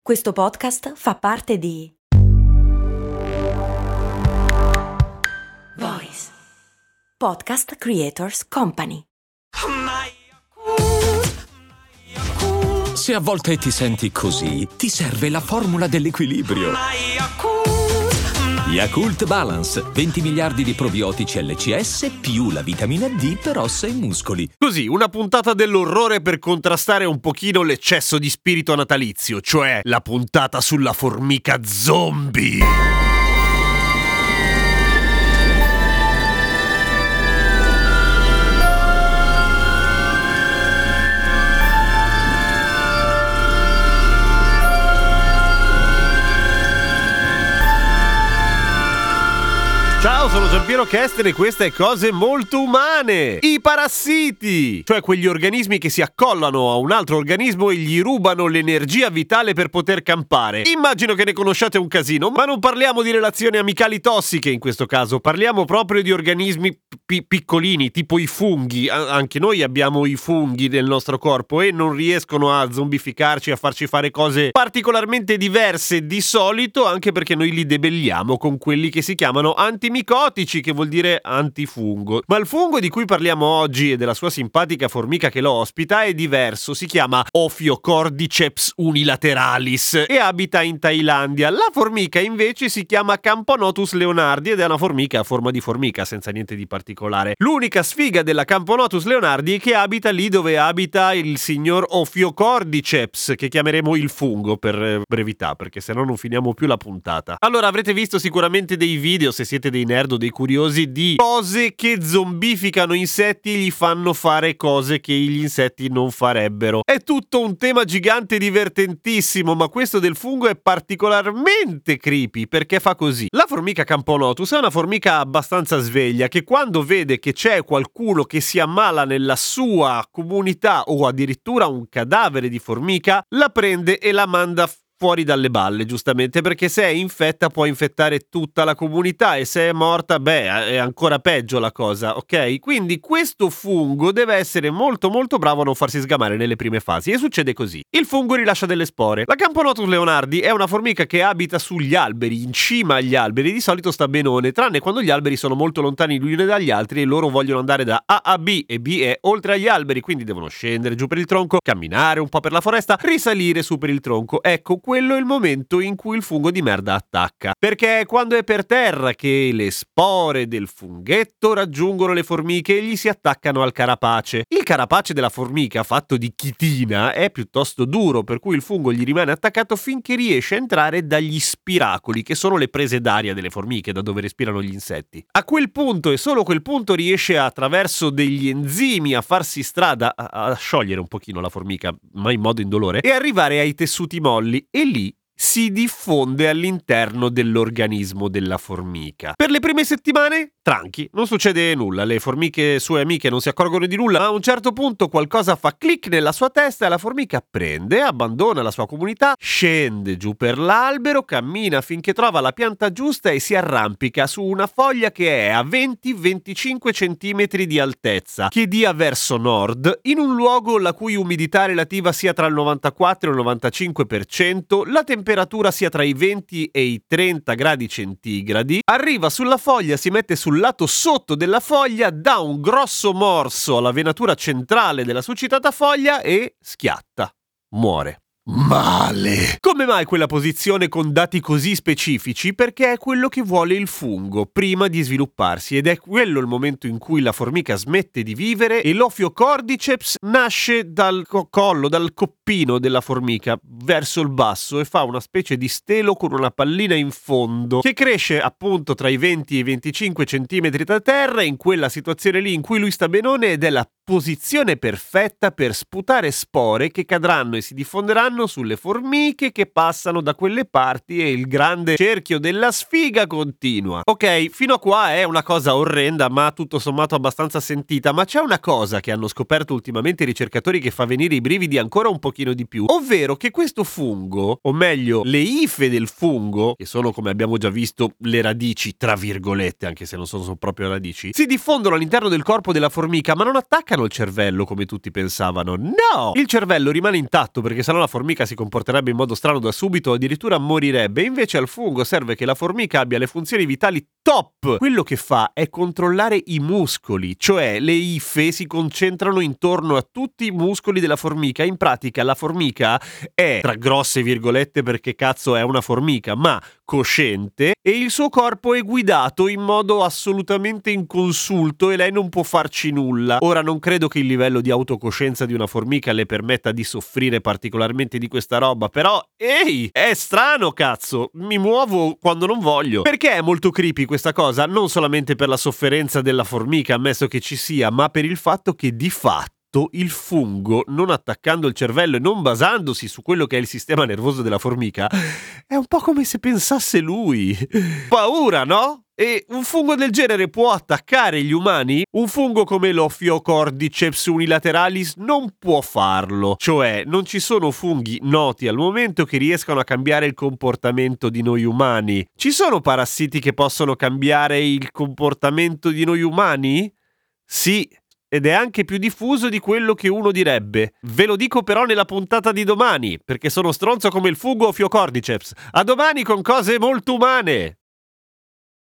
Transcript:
Questo podcast fa parte di Voice Podcast Creators Company. Se a volte ti senti così, ti serve la formula dell'equilibrio. Yakult Balance, 20 miliardi di probiotici LCS più la vitamina D per ossa e muscoli. Così, una puntata dell'orrore per contrastare un pochino l'eccesso di spirito natalizio, cioè la puntata sulla formica zombie. Ciao, sono Giampiero Kesten e questa è Cose Molto Umane. I parassiti, cioè quegli organismi che si accollano a un altro organismo e gli rubano l'energia vitale per poter campare. Immagino che ne conosciate un casino, ma non parliamo di relazioni amicali tossiche in questo caso, parliamo proprio di organismi piccolini, tipo i funghi. Anche noi abbiamo i funghi nel nostro corpo e non riescono a zombificarci, a farci fare cose particolarmente diverse di solito, anche perché noi li debelliamo con quelli che si chiamano antimicotici, che vuol dire antifungo. Ma il fungo di cui parliamo oggi e della sua simpatica formica che lo ospita è diverso, si chiama Ophiocordyceps unilateralis e abita in Thailandia. La formica invece si chiama Camponotus leonardi ed è una formica a forma di formica, senza niente di particolare. L'unica sfiga della Camponotus leonardi è che abita lì dove abita il signor Ophiocordyceps, che chiameremo il fungo per brevità, perché se no non finiamo più la puntata. Allora, avrete visto sicuramente dei video, se siete dei nerd o dei curiosi, di cose che zombificano insetti e gli fanno fare cose che gli insetti non farebbero. È tutto un tema gigante divertentissimo, ma questo del fungo è particolarmente creepy perché fa così. La formica Camponotus è una formica abbastanza sveglia che quando vede che c'è qualcuno che si ammala nella sua comunità o addirittura un cadavere di formica, la prende e la manda fuori dalle balle, giustamente, perché se è infetta può infettare tutta la comunità e se è morta, è ancora peggio la cosa, ok? Quindi questo fungo deve essere molto molto bravo a non farsi sgamare nelle prime fasi e succede così. Il fungo rilascia delle spore. La Camponotus leonardi è una formica che abita sugli alberi, in cima agli alberi, di solito sta benone, tranne quando gli alberi sono molto lontani gli uni dagli altri e loro vogliono andare da A a B e B è oltre agli alberi, quindi devono scendere giù per il tronco, camminare un po' per la foresta, risalire su per il tronco. Ecco, quello è il momento in cui il fungo di merda attacca, perché è quando è per terra che le spore del funghetto raggiungono le formiche e gli si attaccano al carapace. Il carapace della formica, fatto di chitina, è piuttosto duro, per cui il fungo gli rimane attaccato finché riesce a entrare dagli spiracoli, che sono le prese d'aria delle formiche, da dove respirano gli insetti. A quel punto e solo a quel punto riesce attraverso degli enzimi a farsi strada, a sciogliere un pochino la formica, ma in modo indolore, e arrivare ai tessuti molli, e lì si diffonde all'interno dell'organismo della formica. Per le prime settimane, tranqui, non succede nulla, le formiche sue amiche non si accorgono di nulla, ma a un certo punto qualcosa fa click nella sua testa e la formica prende, abbandona la sua comunità, scende giù per l'albero, cammina finché trova la pianta giusta e si arrampica su una foglia che è a 20-25 centimetri di altezza, che dia verso nord, in un luogo la cui umidità relativa sia tra il 94 e il 95%, la temperatura sia tra i 20 e i 30 gradi centigradi, arriva sulla foglia, si mette sul lato sotto della foglia, dà un grosso morso alla venatura centrale della succitata foglia e schiatta. Muore. Male! Come mai quella posizione con dati così specifici? Perché è quello che vuole il fungo prima di svilupparsi ed è quello il momento in cui la formica smette di vivere e l'Ophiocordyceps nasce dal collo, dal coppino della formica verso il basso e fa una specie di stelo con una pallina in fondo che cresce appunto tra i 20 e i 25 centimetri da terra, in quella situazione lì in cui lui sta benone, ed è la posizione perfetta per sputare spore che cadranno e si diffonderanno sulle formiche che passano da quelle parti e il grande cerchio della sfiga continua. Ok, fino a qua è una cosa orrenda ma tutto sommato abbastanza sentita, ma c'è una cosa che hanno scoperto ultimamente i ricercatori che fa venire i brividi ancora un pochino di più, ovvero che questo fungo, o meglio le ife del fungo, che sono come abbiamo già visto le radici tra virgolette, anche se non sono proprio radici, si diffondono all'interno del corpo della formica ma non attaccano il cervello come tutti pensavano. No! Il cervello rimane intatto perché sennò la formica formica si comporterebbe in modo strano da subito o addirittura morirebbe. Invece al fungo serve che la formica abbia le funzioni vitali top. Quello che fa è controllare i muscoli, cioè le ife si concentrano intorno a tutti i muscoli della formica. In pratica la formica è, tra grosse virgolette perché cazzo è una formica, ma cosciente, e il suo corpo è guidato in modo assolutamente inconsulto e lei non può farci nulla. Ora non credo che il livello di autocoscienza di una formica le permetta di soffrire particolarmente di questa roba, però ehi, è strano cazzo, mi muovo quando non voglio. Perché è molto creepy questa cosa? Non solamente per la sofferenza della formica, ammesso che ci sia, ma per il fatto che di fatto il fungo, non attaccando il cervello e non basandosi su quello che è il sistema nervoso della formica, è un po' come se pensasse lui. Paura, no? E un fungo del genere può attaccare gli umani? Un fungo come l'Ophiocordyceps unilateralis non può farlo. Cioè, non ci sono funghi noti al momento che riescano a cambiare il comportamento di noi umani. Ci sono parassiti che possono cambiare il comportamento di noi umani? Sì. Ed è anche più diffuso di quello che uno direbbe. Ve lo dico però nella puntata di domani, perché sono stronzo come il fungo Ophiocordyceps. A domani con cose molto umane!